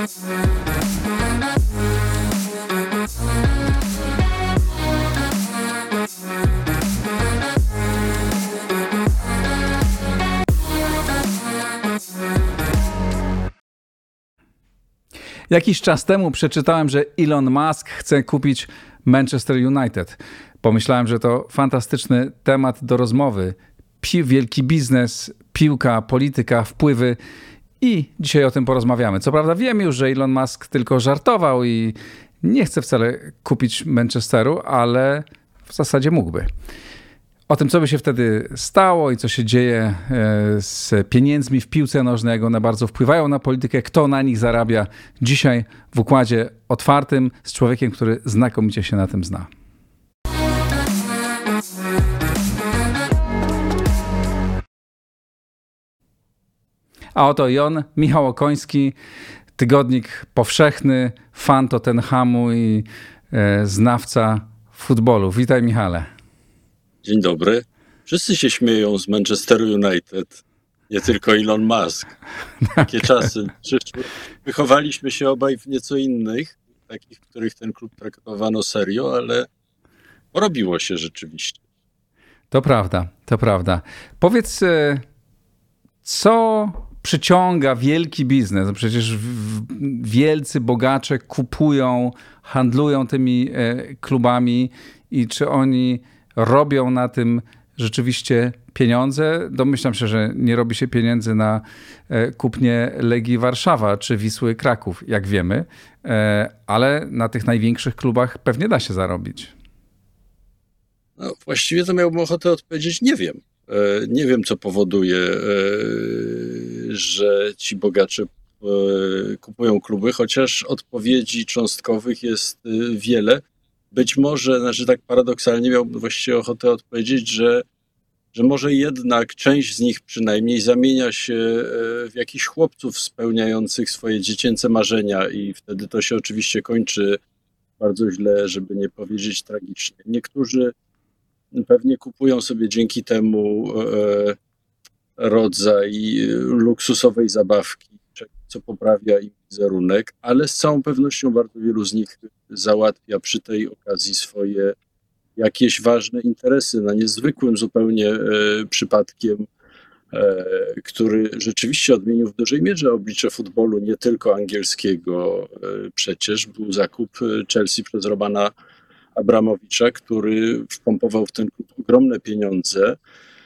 Jakiś czas temu przeczytałem, że Elon Musk chce kupić Manchester United. Pomyślałem, że to fantastyczny temat do rozmowy. Wielki biznes, piłka, polityka, wpływy i dzisiaj o tym porozmawiamy. Co prawda wiem już, że Elon Musk tylko żartował i nie chce wcale kupić Manchesteru, ale w zasadzie mógłby. O tym, co by się wtedy stało i co się dzieje z pieniędzmi w piłce nożnej, jak one bardzo wpływają na politykę, kto na nich zarabia. Dzisiaj w Układzie Otwartym z człowiekiem, który znakomicie się na tym zna. A oto i on, Michał Okoński, tygodnik powszechny, fan Tottenhamu i znawca futbolu. Witaj, Michale. Dzień dobry. Wszyscy się śmieją z Manchesteru United, nie tylko Elon Musk. Takie czasy przyszły. Wychowaliśmy się obaj w nieco innych, takich, w których ten klub traktowano serio, ale robiło się rzeczywiście. To prawda, to prawda. Powiedz, co przyciąga wielki biznes? Przecież wielcy bogacze kupują, handlują tymi klubami i czy oni robią na tym rzeczywiście pieniądze? Domyślam się, że nie robi się pieniędzy na kupnie Legii Warszawa czy Wisły Kraków, jak wiemy, ale na tych największych klubach pewnie da się zarobić. No, właściwie to miałbym ochotę odpowiedzieć, nie wiem. Nie wiem, co powoduje, że ci bogacze kupują kluby, chociaż odpowiedzi cząstkowych jest wiele. Być może, tak paradoksalnie miałbym właściwie ochotę odpowiedzieć, że może jednak część z nich przynajmniej zamienia się w jakichś chłopców spełniających swoje dziecięce marzenia i wtedy to się oczywiście kończy bardzo źle, żeby nie powiedzieć tragicznie. Niektórzy pewnie kupują sobie dzięki temu rodzaj luksusowej zabawki, co poprawia im wizerunek, ale z całą pewnością bardzo wielu z nich załatwia przy tej okazji swoje jakieś ważne interesy na niezwykłym zupełnie przypadkiem, który rzeczywiście odmienił w dużej mierze oblicze futbolu, nie tylko angielskiego. Przecież był zakup Chelsea przez Romana Abramowicza, który wpompował w ten klub ogromne pieniądze.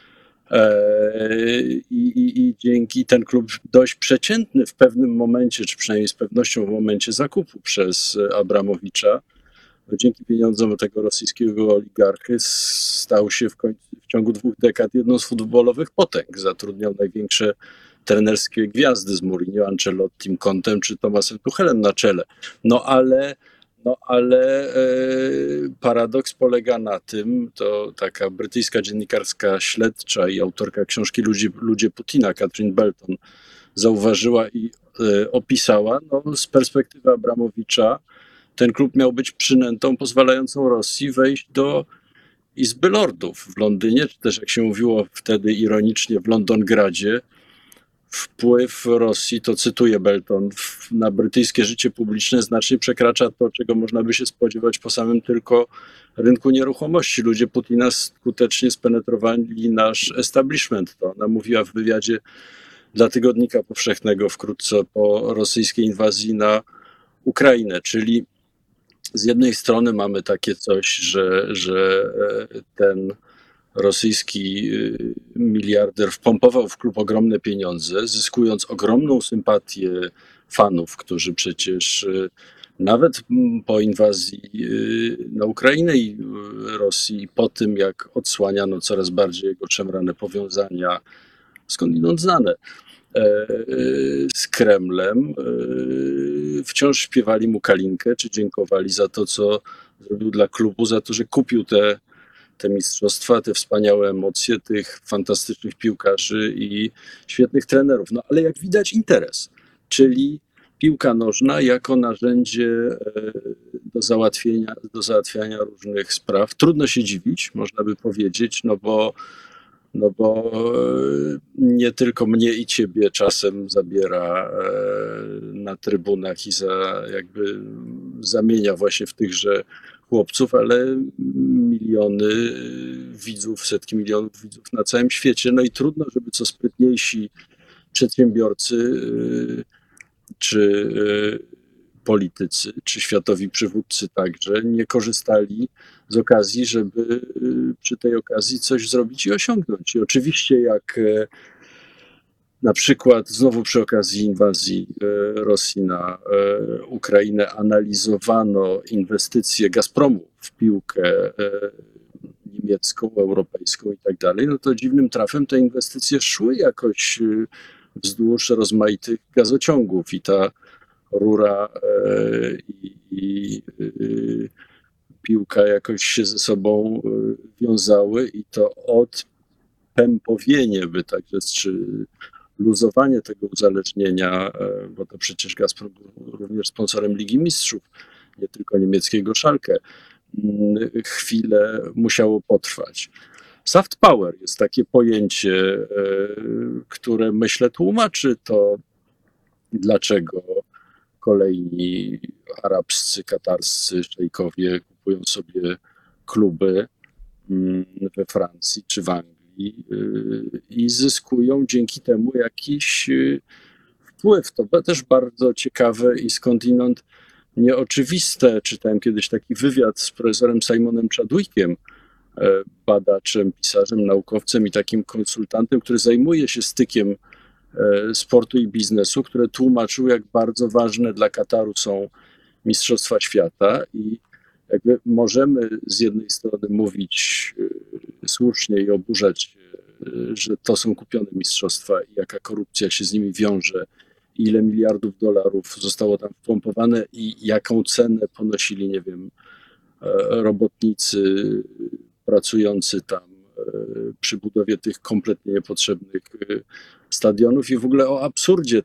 I dzięki ten klub dość przeciętny w pewnym momencie, czy przynajmniej z pewnością w momencie zakupu przez Abramowicza, dzięki pieniądzom tego rosyjskiego oligarchy stał się w ciągu 2 dekad jedną z futbolowych potęg. Zatrudniał największe trenerskie gwiazdy z Mourinho, Ancelottim, Contem czy Thomasem Tuchelem na czele. No ale paradoks polega na tym, to taka brytyjska dziennikarska śledcza i autorka książki Ludzie Putina, Katrin Belton, zauważyła i opisała, z perspektywy Abramowicza ten klub miał być przynętą pozwalającą Rosji wejść do Izby Lordów w Londynie, czy też jak się mówiło wtedy ironicznie w Londongradzie. Wpływ Rosji, to cytuję Belton, na brytyjskie życie publiczne znacznie przekracza to, czego można by się spodziewać po samym tylko rynku nieruchomości. Ludzie Putina skutecznie spenetrowali nasz establishment. To ona mówiła w wywiadzie dla Tygodnika Powszechnego wkrótce po rosyjskiej inwazji na Ukrainę. Czyli z jednej strony mamy takie coś, że ten rosyjski miliarder wpompował w klub ogromne pieniądze, zyskując ogromną sympatię fanów, którzy przecież nawet po inwazji na Ukrainę i Rosji, i po tym jak odsłaniano coraz bardziej jego szemrane powiązania, skądinąd znane, z Kremlem, wciąż śpiewali mu kalinkę, czy dziękowali za to, co zrobił dla klubu, za to, że kupił te mistrzostwa, te wspaniałe emocje tych fantastycznych piłkarzy i świetnych trenerów. No ale jak widać interes, czyli piłka nożna jako narzędzie do załatwiania różnych spraw. Trudno się dziwić, można by powiedzieć, bo no bo nie tylko mnie i ciebie czasem zabiera na trybunach i jakby zamienia właśnie w tychże chłopców, ale miliony widzów, setki milionów widzów na całym świecie. No i trudno, żeby co sprytniejsi przedsiębiorcy czy politycy, czy światowi przywódcy także nie korzystali z okazji, żeby przy tej okazji coś zrobić i osiągnąć. I oczywiście jak na przykład znowu przy okazji inwazji Rosji na Ukrainę analizowano inwestycje Gazpromu w piłkę niemiecką, europejską i tak dalej, no to dziwnym trafem te inwestycje szły jakoś wzdłuż rozmaitych gazociągów i ta rura i piłka jakoś się ze sobą wiązały i to odpępowienie czy luzowanie tego uzależnienia, bo to przecież Gazprom był również sponsorem Ligi Mistrzów, nie tylko niemieckiego Schalke, chwilę musiało potrwać. Soft power jest takie pojęcie, które myślę tłumaczy to, dlaczego kolejni arabscy, katarscy szejkowie kupują sobie kluby we Francji czy w Anglii i zyskują dzięki temu jakiś wpływ. To też bardzo ciekawe i skądinąd nieoczywiste. Czytałem kiedyś taki wywiad z profesorem Simonem Chadwickiem, badaczem, pisarzem, naukowcem i takim konsultantem, który zajmuje się stykiem sportu i biznesu, które tłumaczył, jak bardzo ważne dla Kataru są Mistrzostwa Świata i jakby możemy z jednej strony mówić słusznie i oburzać się, że to są kupione mistrzostwa i jaka korupcja się z nimi wiąże, ile miliardów dolarów zostało tam wpompowane i jaką cenę ponosili, nie wiem, robotnicy pracujący tam przy budowie tych kompletnie niepotrzebnych stadionów i w ogóle o absurdzie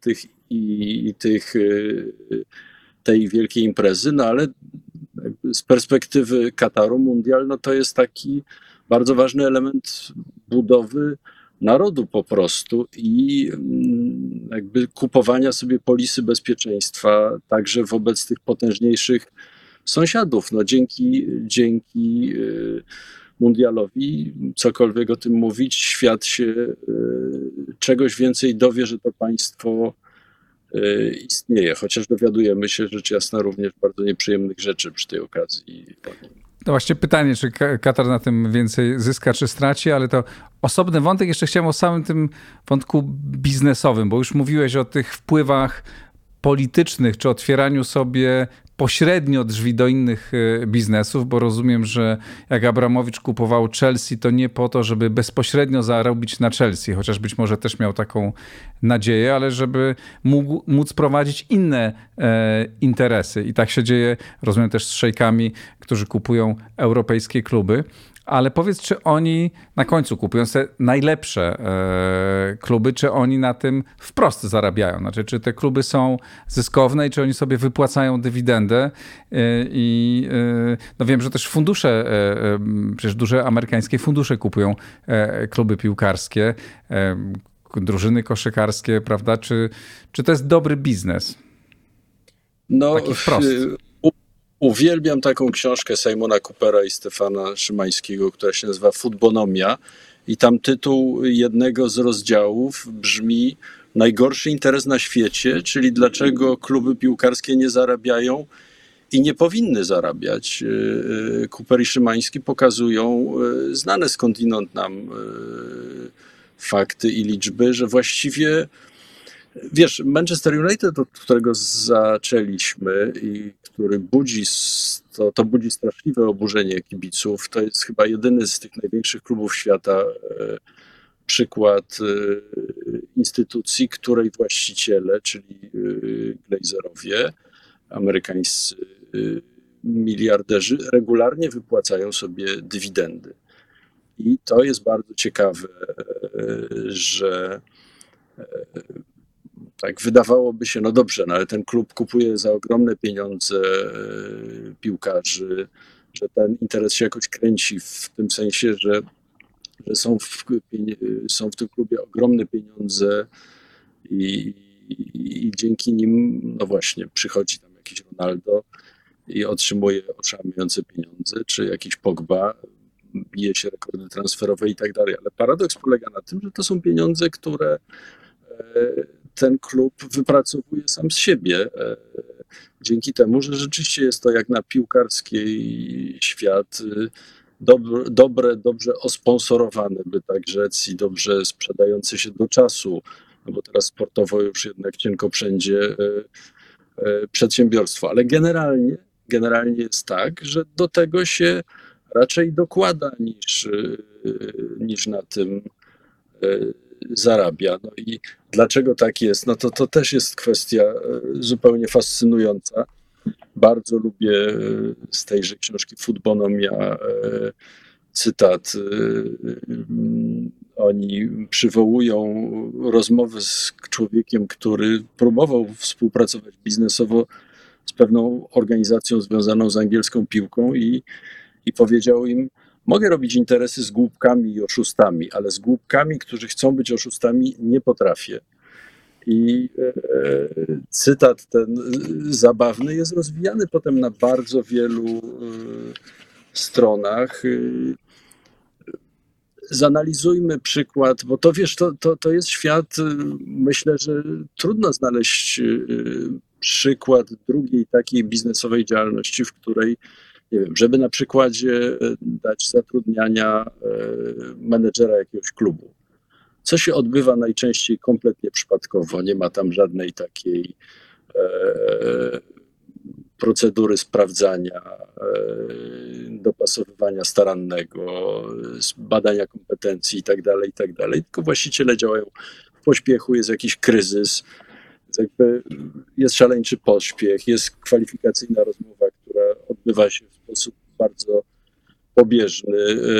tej wielkiej imprezy, no ale z perspektywy Kataru mundial, no to jest taki bardzo ważny element budowy narodu po prostu i jakby kupowania sobie polisy bezpieczeństwa także wobec tych potężniejszych sąsiadów. No dzięki mundialowi, cokolwiek o tym mówić, świat się czegoś więcej dowie, że to państwo istnieje, chociaż dowiadujemy się rzecz jasna również bardzo nieprzyjemnych rzeczy przy tej okazji. To właśnie pytanie, czy Katar na tym więcej zyska, czy straci, ale to osobny wątek. Jeszcze chciałem o samym tym wątku biznesowym, bo już mówiłeś o tych wpływach politycznych, czy otwieraniu sobie pośrednio drzwi do innych biznesów, bo rozumiem, że jak Abramowicz kupował Chelsea, to nie po to, żeby bezpośrednio zarobić na Chelsea, chociaż być może też miał taką nadzieję, ale żeby móc prowadzić inne interesy. I tak się dzieje, rozumiem, też z szejkami, którzy kupują europejskie kluby. Ale powiedz, czy oni na końcu kupując te najlepsze kluby, czy oni na tym wprost zarabiają? Znaczy, czy te kluby są zyskowne i czy oni sobie wypłacają dywidendę? I no wiem, że też fundusze, przecież duże amerykańskie fundusze kupują kluby piłkarskie, drużyny koszykarskie, prawda? Czy to jest dobry biznes? No, taki wprost. Uwielbiam taką książkę Simona Coopera i Stefana Szymańskiego, która się nazywa Futbonomia i tam tytuł jednego z rozdziałów brzmi Najgorszy interes na świecie, czyli dlaczego kluby piłkarskie nie zarabiają i nie powinny zarabiać. Cooper i Szymański pokazują znane skądinąd nam fakty i liczby, że właściwie wiesz, Manchester United, od którego zaczęliśmy i który budzi straszliwe oburzenie kibiców, to jest chyba jedyny z tych największych klubów świata przykład instytucji, której właściciele, czyli Glazerowie, amerykańscy miliarderzy, regularnie wypłacają sobie dywidendy. I to jest bardzo ciekawe, że tak wydawałoby się, no dobrze, no ale ten klub kupuje za ogromne pieniądze piłkarzy, że ten interes się jakoś kręci w tym sensie, że że są w tym klubie ogromne pieniądze i dzięki nim, no właśnie, przychodzi tam jakiś Ronaldo i otrzymuje oszałamiające pieniądze, czy jakiś Pogba, bije się rekordy transferowe i tak dalej. Ale paradoks polega na tym, że to są pieniądze, które ten klub wypracowuje sam z siebie. Dzięki temu, że rzeczywiście jest to jak na piłkarski świat dobre, dobrze osponsorowane, by tak rzec, i dobrze sprzedające się do czasu, no bo teraz sportowo już jednak cienko wszędzie przedsiębiorstwo. Ale generalnie jest tak, że do tego się raczej dokłada niż na tym zarabia. No i dlaczego tak jest? No to też jest kwestia zupełnie fascynująca. Bardzo lubię z tejże książki Futbonomia cytat. Oni przywołują rozmowę z człowiekiem, który próbował współpracować biznesowo z pewną organizacją związaną z angielską piłką i powiedział im: mogę robić interesy z głupkami i oszustami, ale z głupkami, którzy chcą być oszustami, nie potrafię. I cytat ten zabawny jest rozwijany potem na bardzo wielu stronach. Zanalizujmy przykład, bo to wiesz, to jest świat, myślę, że trudno znaleźć przykład drugiej takiej biznesowej działalności, w której, nie wiem, żeby na przykładzie dać zatrudniania menedżera jakiegoś klubu. Co się odbywa najczęściej kompletnie przypadkowo, nie ma tam żadnej takiej procedury sprawdzania, dopasowywania starannego, badania kompetencji itd., tylko właściciele działają w pośpiechu, jest jakiś kryzys, jest szaleńczy pośpiech, jest kwalifikacyjna rozmowa, która odbywa się w sposób bardzo pobieżny.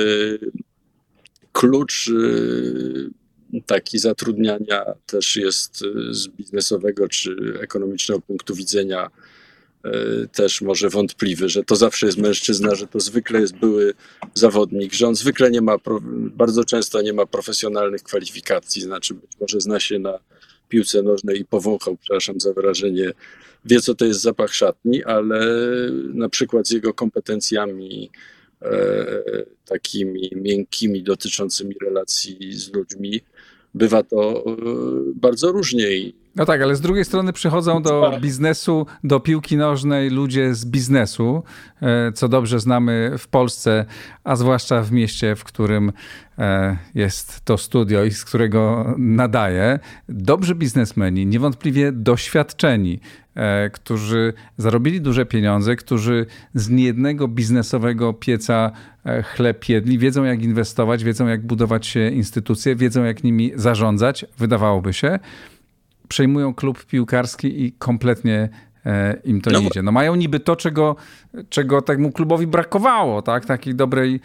Klucz taki zatrudniania też jest z biznesowego czy ekonomicznego punktu widzenia też może wątpliwy, że to zawsze jest mężczyzna, że to zwykle jest były zawodnik, że on zwykle bardzo często nie ma profesjonalnych kwalifikacji, znaczy być może zna się na piłce nożnej i powąchał, przepraszam za wyrażenie, wie co to jest zapach szatni, ale na przykład z jego kompetencjami takimi miękkimi dotyczącymi relacji z ludźmi bywa to bardzo różnie. No tak, ale z drugiej strony przychodzą do biznesu, do piłki nożnej ludzie z biznesu, co dobrze znamy w Polsce, a zwłaszcza w mieście, w którym jest to studio i z którego nadaję. Dobrzy biznesmeni, niewątpliwie doświadczeni, którzy zarobili duże pieniądze, którzy z niejednego biznesowego pieca chleb jedli, wiedzą jak inwestować, wiedzą jak budować instytucje, wiedzą jak nimi zarządzać, wydawałoby się. Przejmują klub piłkarski i kompletnie im to nie idzie. No mają niby to, czego temu klubowi brakowało, tak? Takiej dobrej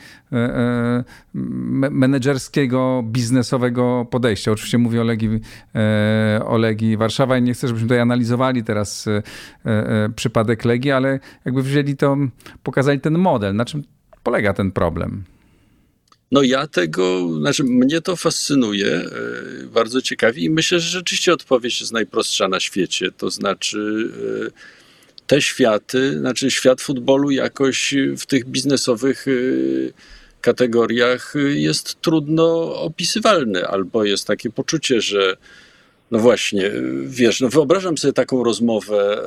menedżerskiego, biznesowego podejścia. Oczywiście mówię o Legii Warszawa i nie chcę, żebyśmy tutaj analizowali teraz przypadek Legii, ale jakby wzięli to, pokazali ten model. Na czym polega ten problem? No mnie to fascynuje, bardzo ciekawi i myślę, że rzeczywiście odpowiedź jest najprostsza na świecie. To znaczy te światy, świat futbolu jakoś w tych biznesowych kategoriach jest trudno opisywalny, albo jest takie poczucie, że no właśnie, wiesz, no wyobrażam sobie taką rozmowę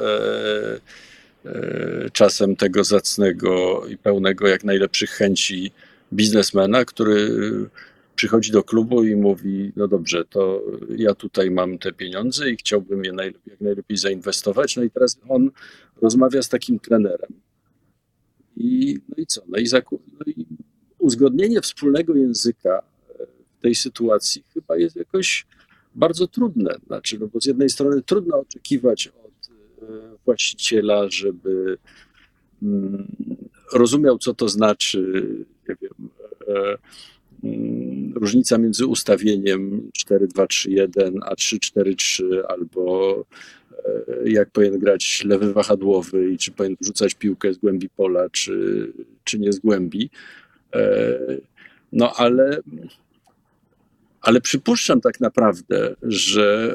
czasem tego zacnego i pełnego jak najlepszych chęci biznesmena, który przychodzi do klubu i mówi: no dobrze, to ja tutaj mam te pieniądze i chciałbym je jak najlepiej zainwestować. No i teraz on rozmawia z takim trenerem. No i co? No i uzgodnienie wspólnego języka w tej sytuacji chyba jest jakoś bardzo trudne. No bo z jednej strony trudno oczekiwać od właściciela, żeby rozumiał, co to znaczy, nie wiem, różnica między ustawieniem 4-2-3-1 a 3-4-3, albo jak powinien grać lewy wahadłowy i czy powinien wrzucać piłkę z głębi pola, czy nie z głębi. No ale przypuszczam tak naprawdę, że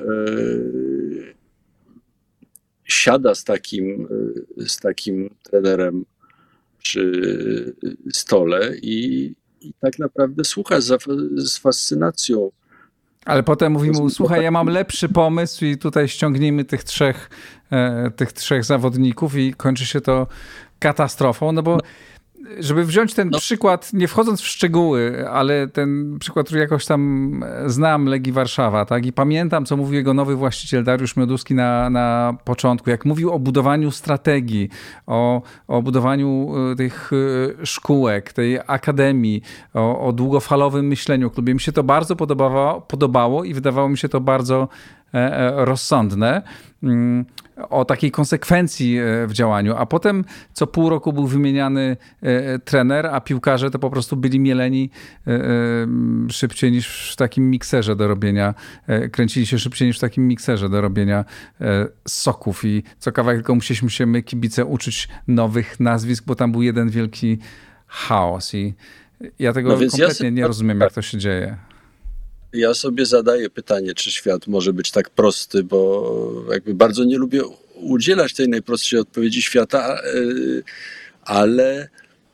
siada z takim trenerem przy stole i tak naprawdę słucha z fascynacją. Ale potem mówi mu, słuchaj, ja mam lepszy pomysł i tutaj ściągnijmy tych trzech zawodników i kończy się to katastrofą, no bo żeby wziąć ten przykład, nie wchodząc w szczegóły, ale ten przykład, który jakoś tam znam, Legii Warszawa, tak? I pamiętam, co mówił jego nowy właściciel Dariusz Mioduski na początku, jak mówił o budowaniu strategii, o budowaniu tych szkółek, tej akademii, o długofalowym myśleniu o klubie. Mi się to bardzo podobało i wydawało mi się to bardzo rozsądne, o takiej konsekwencji w działaniu, a potem co pół roku był wymieniany trener, a piłkarze to po prostu byli mieleni szybciej niż w takim mikserze do robienia, kręcili się szybciej niż w takim mikserze do robienia soków i co kawałek tylko musieliśmy się my kibice uczyć nowych nazwisk, bo tam był jeden wielki chaos i ja tego kompletnie nie rozumiem, jak to się dzieje. Ja sobie zadaję pytanie, czy świat może być tak prosty, bo jakby bardzo nie lubię udzielać tej najprostszej odpowiedzi świata, ale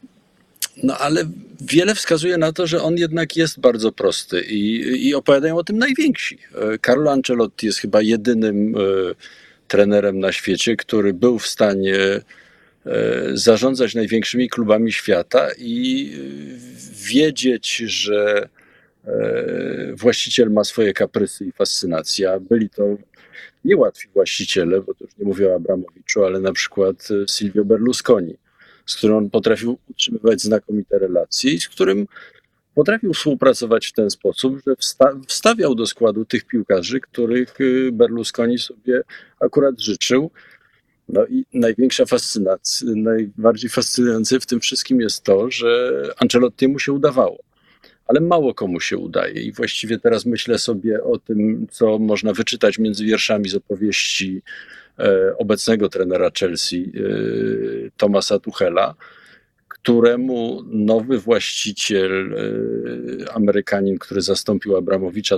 wiele wskazuje na to, że on jednak jest bardzo prosty i opowiadają o tym najwięksi. Carlo Ancelotti jest chyba jedynym trenerem na świecie, który był w stanie zarządzać największymi klubami świata i wiedzieć, że właściciel ma swoje kaprysy i fascynacje. Byli to niełatwi właściciele, bo to już nie mówię o Abramowiczu, ale na przykład Silvio Berlusconi, z którym on potrafił utrzymywać znakomite relacje i z którym potrafił współpracować w ten sposób, że wstawiał do składu tych piłkarzy, których Berlusconi sobie akurat życzył. No i najbardziej fascynujące w tym wszystkim jest to, że Ancelottiemu się udawało. Ale mało komu się udaje i właściwie teraz myślę sobie o tym, co można wyczytać między wierszami z opowieści obecnego trenera Chelsea, Thomasa Tuchela, któremu nowy właściciel, Amerykanin, który zastąpił Abramowicza,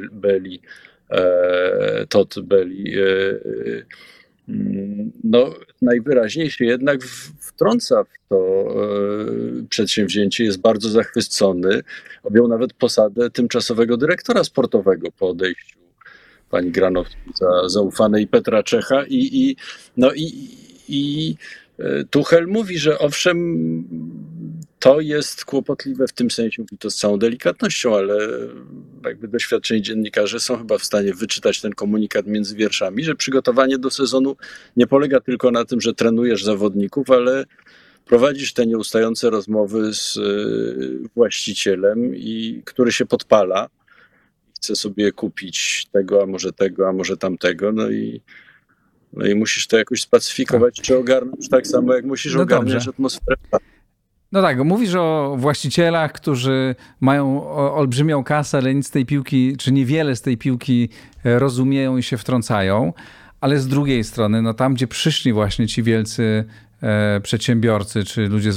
Todd Bailey, no, najwyraźniej się jednak wtrąca w to przedsięwzięcie, jest bardzo zachwycony. Objął nawet posadę tymczasowego dyrektora sportowego po odejściu pani Granowskiej zaufanej Petra Czecha i Tuchel mówi, że owszem, to jest kłopotliwe w tym sensie, mówi to z całą delikatnością, ale jakby doświadczeni dziennikarze są chyba w stanie wyczytać ten komunikat między wierszami, że przygotowanie do sezonu nie polega tylko na tym, że trenujesz zawodników, ale prowadzisz te nieustające rozmowy z właścicielem, który się podpala i chce sobie kupić tego, a może tamtego, no i musisz to jakoś spacyfikować, czy ogarnąć tak samo, jak musisz ogarniać atmosferę. No tak, mówisz o właścicielach, którzy mają olbrzymią kasę, ale nic z tej piłki, czy niewiele z tej piłki rozumieją i się wtrącają, ale z drugiej strony, no tam, gdzie przyszli właśnie ci wielcy przedsiębiorcy, czy ludzie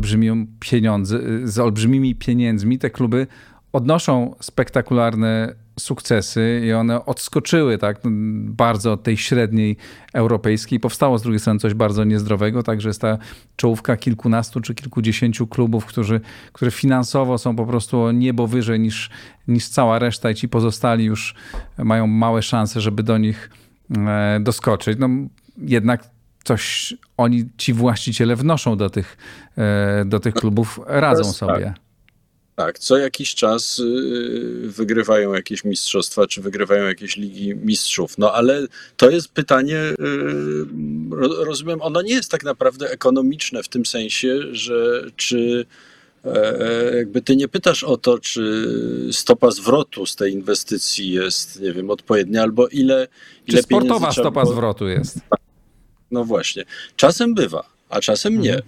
z olbrzymimi pieniędzmi, te kluby odnoszą spektakularne sukcesy i one odskoczyły tak bardzo od tej średniej europejskiej. Powstało z drugiej strony coś bardzo niezdrowego, także jest ta czołówka kilkunastu czy kilkudziesięciu klubów, które finansowo są po prostu o niebo wyżej niż cała reszta i ci pozostali już mają małe szanse, żeby do nich doskoczyć. No, jednak coś ci właściciele wnoszą do tych klubów, radzą sobie. Tak, co jakiś czas wygrywają jakieś mistrzostwa, czy wygrywają jakieś ligi mistrzów. No ale to jest pytanie, rozumiem, ono nie jest tak naprawdę ekonomiczne w tym sensie, że czy jakby ty nie pytasz o to, czy stopa zwrotu z tej inwestycji jest, nie wiem, odpowiednia, albo ile czy sportowa stopa zwrotu jest. No właśnie. Czasem bywa, a czasem nie.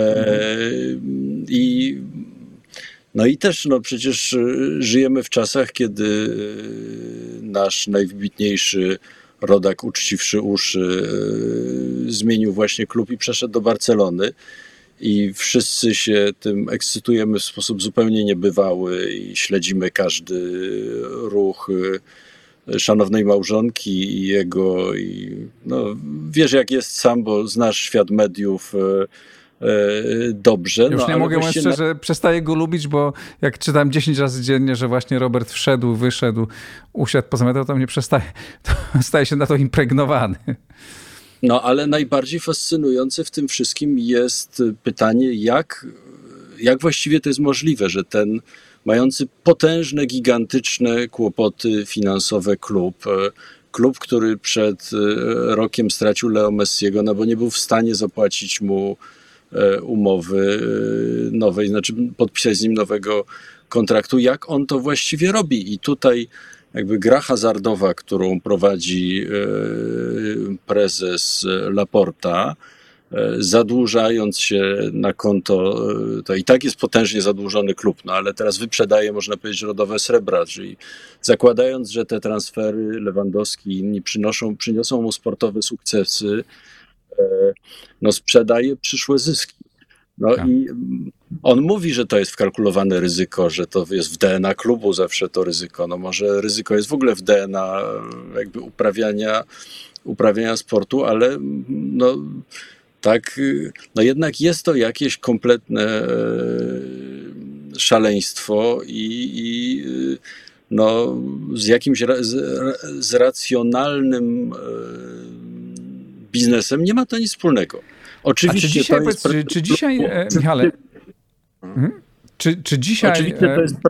No i też przecież żyjemy w czasach, kiedy nasz najwybitniejszy rodak, uczciwszy uszy, zmienił właśnie klub i przeszedł do Barcelony. i wszyscy się tym ekscytujemy w sposób zupełnie niebywały i śledzimy każdy ruch szanownej małżonki i jego. I no, wiesz jak jest sam, bo znasz świat mediów dobrze. Już nie mogę, mówiąc szczerze, przestaję go lubić, bo jak czytam 10 razy dziennie, że właśnie Robert wszedł, wyszedł, usiadł, pozamiatał, to mnie staje się na to impregnowany. No ale najbardziej fascynujące w tym wszystkim jest pytanie, jak właściwie to jest możliwe, że ten mający potężne, gigantyczne kłopoty finansowe klub, który przed rokiem stracił Leo Messiego, no bo nie był w stanie zapłacić mu umowy nowej, znaczy podpisać z nim nowego kontraktu, jak on to właściwie robi. I tutaj jakby gra hazardowa, którą prowadzi prezes Laporta, zadłużając się na konto, to i tak jest potężnie zadłużony klub, no ale teraz wyprzedaje, można powiedzieć, rodowe srebra, czyli zakładając, że te transfery Lewandowski i inni przyniosą mu sportowe sukcesy, no sprzedaje przyszłe zyski. No tak. I on mówi, że to jest wkalkulowane ryzyko, że to jest w DNA klubu zawsze to ryzyko. No może ryzyko jest w ogóle w DNA jakby uprawiania sportu, ale no tak, no jednak jest to jakieś kompletne szaleństwo i no z jakimś z racjonalnym biznesem nie ma to nic wspólnego. Oczywiście czy dzisiaj, to jest czy dzisiaj, Michale, czy dzisiaj... Oczywiście to jest...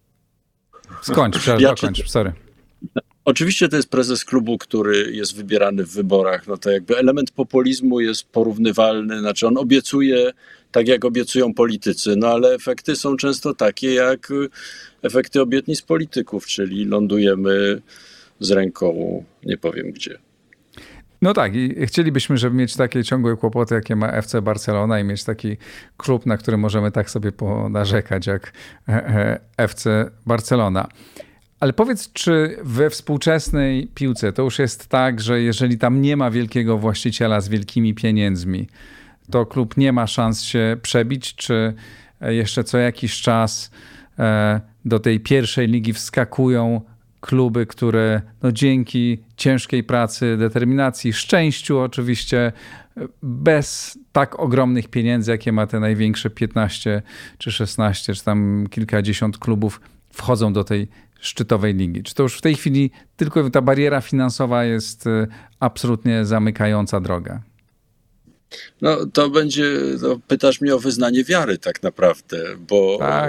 Dokończ, sorry. Oczywiście to jest prezes klubu, który jest wybierany w wyborach. No to jakby element populizmu jest porównywalny, znaczy on obiecuje tak, jak obiecują politycy, no ale efekty są często takie, jak efekty obietnic polityków, czyli lądujemy z ręką nie powiem gdzie. No tak, i chcielibyśmy, żeby mieć takie ciągłe kłopoty, jakie ma FC Barcelona i mieć taki klub, na który możemy tak sobie ponarzekać, jak FC Barcelona. Ale powiedz, czy we współczesnej piłce to już jest tak, że jeżeli tam nie ma wielkiego właściciela z wielkimi pieniędzmi, to klub nie ma szans się przebić, czy jeszcze co jakiś czas do tej pierwszej ligi wskakują kluby, które no dzięki ciężkiej pracy, determinacji, szczęściu oczywiście, bez tak ogromnych pieniędzy, jakie ma te największe 15 czy 16, czy tam kilkadziesiąt klubów, wchodzą do tej szczytowej ligi. Czy to już w tej chwili tylko ta bariera finansowa jest absolutnie zamykająca drogę? No to pytasz mnie o wyznanie wiary tak naprawdę, bo tak.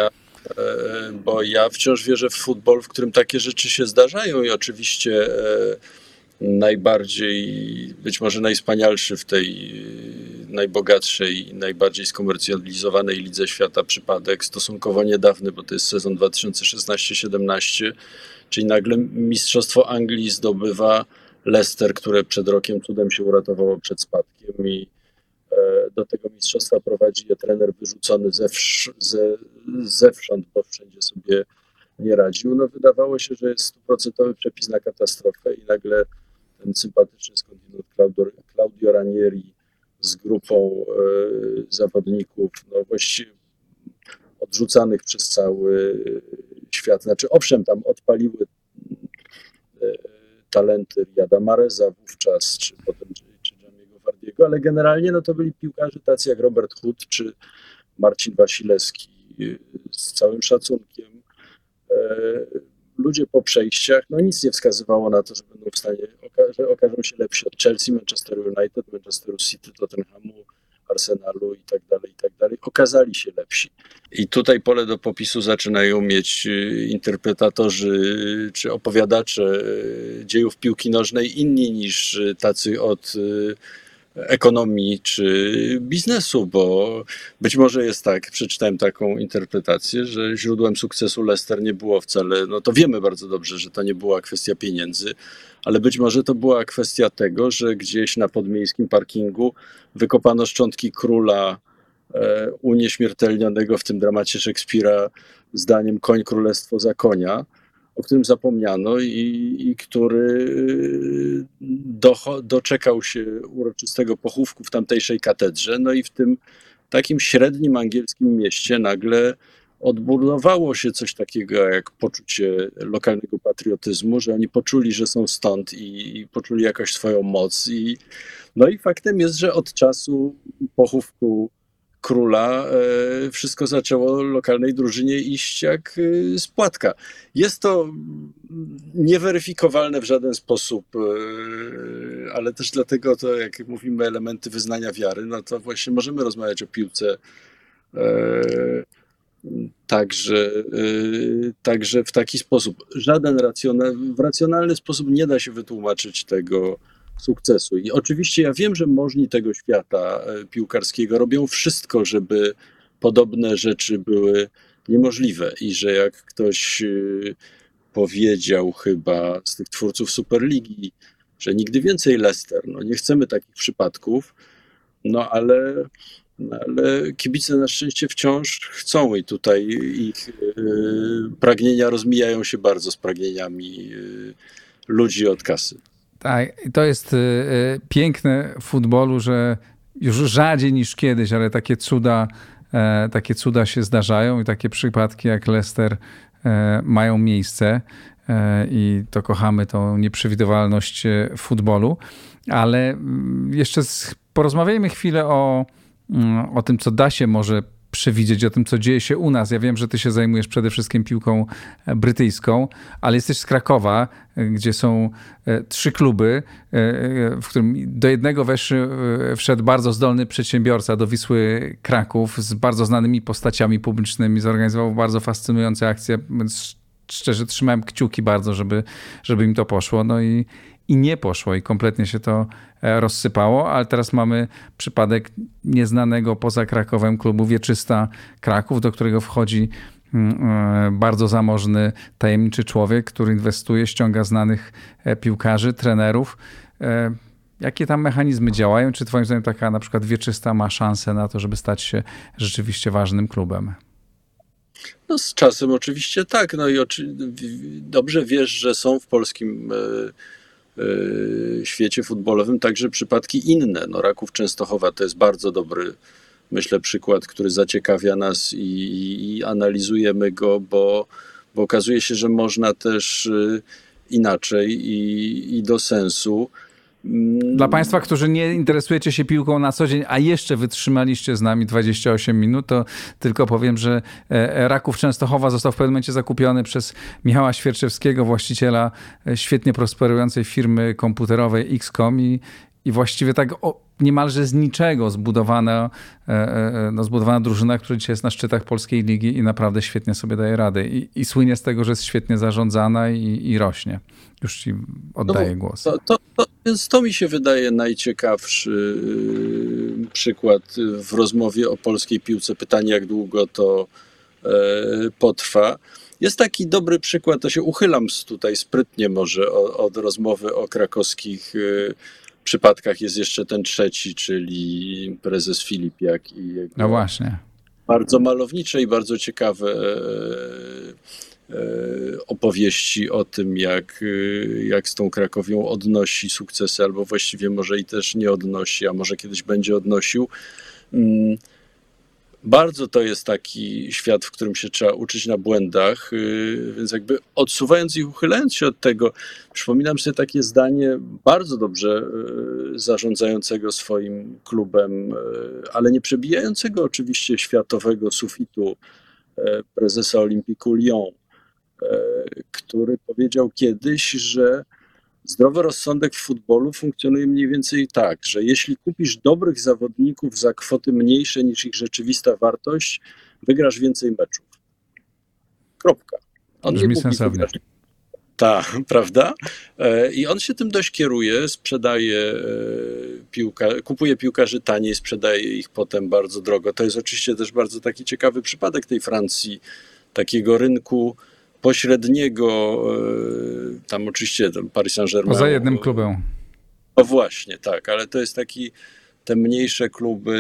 ja wciąż wierzę w futbol, w którym takie rzeczy się zdarzają i oczywiście najbardziej, być może najwspanialszy w tej najbogatszej i najbardziej skomercjalizowanej lidze świata przypadek stosunkowo niedawny, bo to jest sezon 2016-17, czyli nagle mistrzostwo Anglii zdobywa Leicester, które przed rokiem cudem się uratowało przed spadkiem i do tego mistrzostwa prowadzi je trener wyrzucony zewsząd, bo wszędzie sobie nie radził. No wydawało się, że jest 100% przepis na katastrofę i nagle ten sympatyczny skądinąd Claudio Ranieri z grupą zawodników, no właściwie odrzucanych przez cały świat. Znaczy owszem, tam odpaliły talenty Riyada Mahreza wówczas, czy potem czy Jamiego Vardiego, ale generalnie no to byli piłkarze tacy jak Robert Hood czy Marcin Wasilewski, z całym szacunkiem. Ludzie po przejściach, no nic nie wskazywało na to, że będą w stanie, że okażą się lepsi od Chelsea, Manchester United, Manchesteru City, Tottenhamu, Arsenalu i tak dalej. Okazali się lepsi. I tutaj pole do popisu zaczynają mieć interpretatorzy czy opowiadacze dziejów piłki nożnej inni niż tacy od ekonomii czy biznesu, bo być może jest tak, przeczytałem taką interpretację, że źródłem sukcesu Leicester nie było wcale, no to wiemy bardzo dobrze, że to nie była kwestia pieniędzy, ale być może to była kwestia tego, że gdzieś na podmiejskim parkingu wykopano szczątki króla unieśmiertelnionego w tym dramacie Szekspira zdaniem Koń królestwo za konia, o którym zapomniano i który doczekał się uroczystego pochówku w tamtejszej katedrze. No i w tym takim średnim angielskim mieście nagle odbudowało się coś takiego jak poczucie lokalnego patriotyzmu, że oni poczuli, że są stąd i poczuli jakoś swoją moc. No i faktem jest, że od czasu pochówku króla wszystko zaczęło lokalnej drużynie iść jak z płatka. Jest to nieweryfikowalne w żaden sposób, ale też dlatego to, jak mówimy elementy wyznania wiary, no to właśnie możemy rozmawiać o piłce także w taki sposób. W racjonalny sposób nie da się wytłumaczyć tego sukcesu. I oczywiście ja wiem, że możni tego świata piłkarskiego robią wszystko, żeby podobne rzeczy były niemożliwe i że jak ktoś powiedział chyba z tych twórców Superligi, że nigdy więcej Leicester, no nie chcemy takich przypadków, no ale kibice na szczęście wciąż chcą i tutaj ich pragnienia rozmijają się bardzo z pragnieniami ludzi od kasy. Tak, i to jest piękne w futbolu, że już rzadziej niż kiedyś, ale takie cuda się zdarzają i takie przypadki jak Leicester mają miejsce i to kochamy tą nieprzewidywalność futbolu. Ale jeszcze porozmawiajmy chwilę o tym, co da się może przewidzieć, o tym, co dzieje się u nas. Ja wiem, że ty się zajmujesz przede wszystkim piłką brytyjską, ale jesteś z Krakowa, gdzie są 3 kluby, w którym do jednego wszedł bardzo zdolny przedsiębiorca do Wisły Kraków z bardzo znanymi postaciami publicznymi, zorganizował bardzo fascynujące akcje, więc szczerze trzymałem kciuki bardzo, żeby im to poszło. No i nie poszło i kompletnie się to rozsypało, ale teraz mamy przypadek nieznanego poza Krakowem klubu Wieczysta Kraków, do którego wchodzi bardzo zamożny, tajemniczy człowiek, który inwestuje, ściąga znanych piłkarzy, trenerów. Jakie tam mechanizmy działają? Czy twoim zdaniem taka na przykład Wieczysta ma szansę na to, żeby stać się rzeczywiście ważnym klubem? No z czasem oczywiście tak. No i dobrze wiesz, że są w polskim świecie futbolowym także przypadki inne. No, Raków Częstochowa to jest bardzo dobry, myślę, przykład, który zaciekawia nas i analizujemy go, bo okazuje się, że można też inaczej i do sensu. Dla Państwa, którzy nie interesujecie się piłką na co dzień, a jeszcze wytrzymaliście z nami 28 minut, to tylko powiem, że Raków Częstochowa został w pewnym momencie zakupiony przez Michała Świerczewskiego, właściciela świetnie prosperującej firmy komputerowej XCOM i właściwie tak niemalże z niczego zbudowana drużyna, która dzisiaj jest na szczytach polskiej ligi i naprawdę świetnie sobie daje radę. I słynie z tego, że jest świetnie zarządzana i rośnie. Już ci oddaję głos. Więc to mi się wydaje najciekawszy przykład w rozmowie o polskiej piłce. Pytanie, jak długo to potrwa. Jest taki dobry przykład, to się uchylam tutaj sprytnie może od rozmowy o krakowskich przypadkach. Jest jeszcze ten trzeci, czyli prezes Filipiak i jego no właśnie. bardzo malownicze i bardzo ciekawe opowieści o tym, jak z tą Krakowią odnosi sukcesy, albo właściwie może i też nie odnosi, a może kiedyś będzie odnosił. Bardzo to jest taki świat, w którym się trzeba uczyć na błędach, więc jakby odsuwając i uchylając się od tego, przypominam sobie takie zdanie bardzo dobrze zarządzającego swoim klubem, ale nie przebijającego oczywiście światowego sufitu prezesa Olympiku Lyon, który powiedział kiedyś, że zdrowy rozsądek w futbolu funkcjonuje mniej więcej tak, że jeśli kupisz dobrych zawodników za kwoty mniejsze niż ich rzeczywista wartość, wygrasz więcej meczów. Kropka. On brzmi sensownie. Tak, prawda? I on się tym dość kieruje, kupuje piłkarzy taniej, sprzedaje ich potem bardzo drogo. To jest oczywiście też bardzo taki ciekawy przypadek tej Francji, takiego rynku pośredniego, tam oczywiście Paris Saint-Germain. Poza jednym klubem. No właśnie, tak, ale to jest te mniejsze kluby,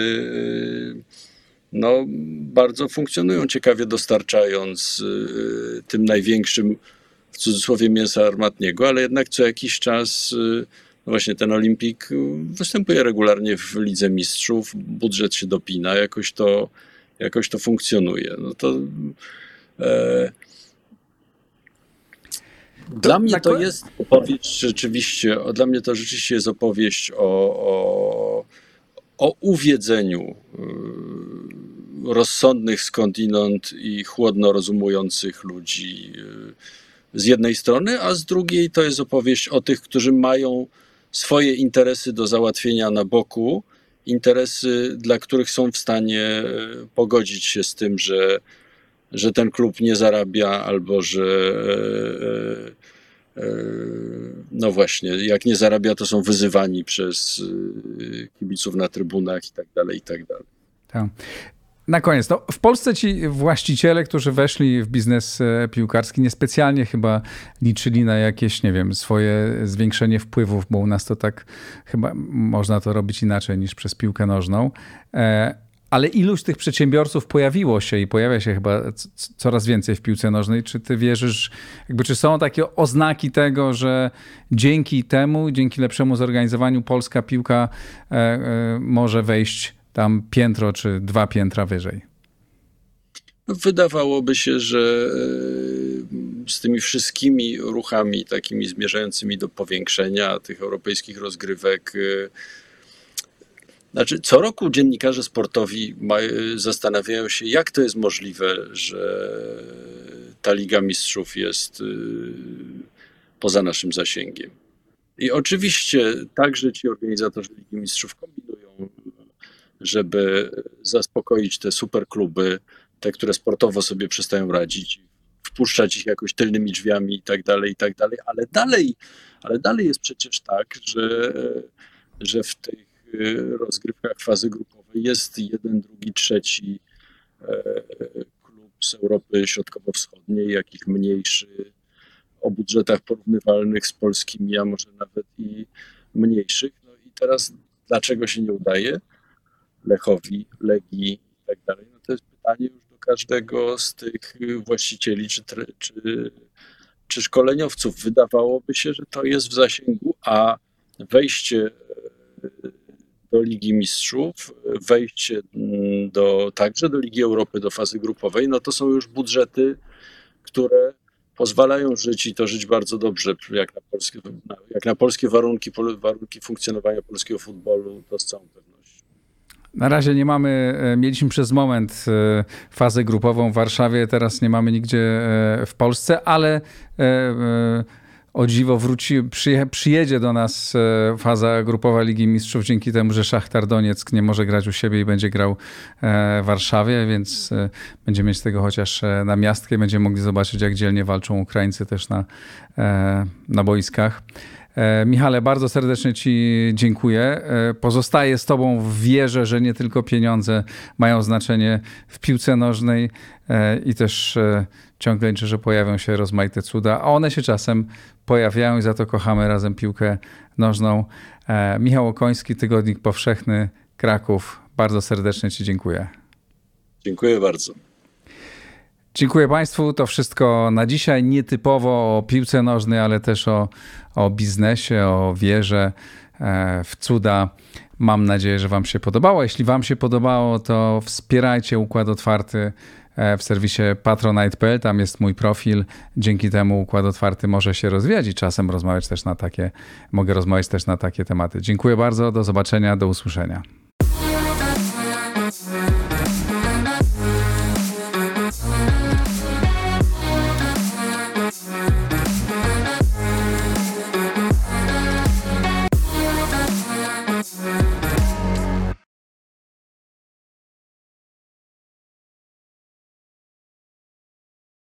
no bardzo funkcjonują ciekawie, dostarczając tym największym, w cudzysłowie, mięsa armatniego, ale jednak co jakiś czas No właśnie ten Olimpik występuje regularnie w Lidze Mistrzów, budżet się dopina, jakoś to funkcjonuje. No to dla mnie to jest opowieść rzeczywiście, dla mnie to rzeczywiście jest opowieść o uwiedzeniu rozsądnych skądinąd i chłodno rozumujących ludzi z jednej strony, a z drugiej to jest opowieść o tych, którzy mają swoje interesy do załatwienia na boku, interesy, dla których są w stanie pogodzić się z tym, że ten klub nie zarabia, albo że no właśnie, jak nie zarabia, to są wyzywani przez kibiców na trybunach i tak dalej, i tak dalej. Tak. Na koniec, no, w Polsce ci właściciele, którzy weszli w biznes piłkarski, niespecjalnie chyba liczyli na jakieś, nie wiem, swoje zwiększenie wpływów, bo u nas to tak chyba można to robić inaczej niż przez piłkę nożną. Ale iluś tych przedsiębiorców pojawiło się i pojawia się chyba coraz więcej w piłce nożnej. Czy ty wierzysz, czy są takie oznaki tego, że dzięki temu, dzięki lepszemu zorganizowaniu polska piłka może wejść tam piętro czy 2 piętra wyżej? Wydawałoby się, że z tymi wszystkimi ruchami takimi zmierzającymi do powiększenia tych europejskich rozgrywek, znaczy co roku dziennikarze sportowi zastanawiają się, jak to jest możliwe, że ta Liga Mistrzów jest poza naszym zasięgiem. I oczywiście także ci organizatorzy Ligi Mistrzów kombinują, żeby zaspokoić te superkluby, te, które sportowo sobie przestają radzić, wpuszczać ich jakoś tylnymi drzwiami i tak dalej, ale dalej jest przecież tak, że w tych rozgrywkach fazy grupowej jest jeden, drugi, trzeci klub z Europy Środkowo-Wschodniej, jakiś mniejszy, o budżetach porównywalnych z polskimi, a może nawet i mniejszych. No i teraz dlaczego się nie udaje Lechowi, Legii i tak dalej? No to jest pytanie już do każdego z tych właścicieli czy szkoleniowców. Wydawałoby się, że to jest w zasięgu, a wejście do Ligi Mistrzów, wejście także do Ligi Europy, do fazy grupowej, no to są już budżety, które pozwalają żyć i to żyć bardzo dobrze, jak na polskie warunki funkcjonowania polskiego futbolu, to z całą pewnością. Na razie nie mamy, mieliśmy przez moment fazę grupową w Warszawie, teraz nie mamy nigdzie w Polsce, ale o dziwo przyjedzie do nas faza grupowa Ligi Mistrzów dzięki temu, że Szachtar Donieck nie może grać u siebie i będzie grał w Warszawie, więc będziemy mieć tego chociaż namiastkę. Będziemy mogli zobaczyć, jak dzielnie walczą Ukraińcy też na boiskach. Michale, bardzo serdecznie ci dziękuję. Pozostaję z tobą w wierze, że nie tylko pieniądze mają znaczenie w piłce nożnej i też ciągle liczę, że pojawią się rozmaite cuda, a one się czasem pojawiają i za to kochamy razem piłkę nożną. Michał Okoński, Tygodnik Powszechny, Kraków. Bardzo serdecznie ci dziękuję. Dziękuję bardzo. Dziękuję Państwu. To wszystko na dzisiaj. Nietypowo o piłce nożnej, ale też o biznesie, o wierze w cuda. Mam nadzieję, że Wam się podobało. Jeśli Wam się podobało, to wspierajcie Układ Otwarty w serwisie patronite.pl. Tam jest mój profil. Dzięki temu Układ Otwarty może się rozwijać i czasem mogę rozmawiać też na takie tematy. Dziękuję bardzo. Do zobaczenia. Do usłyszenia.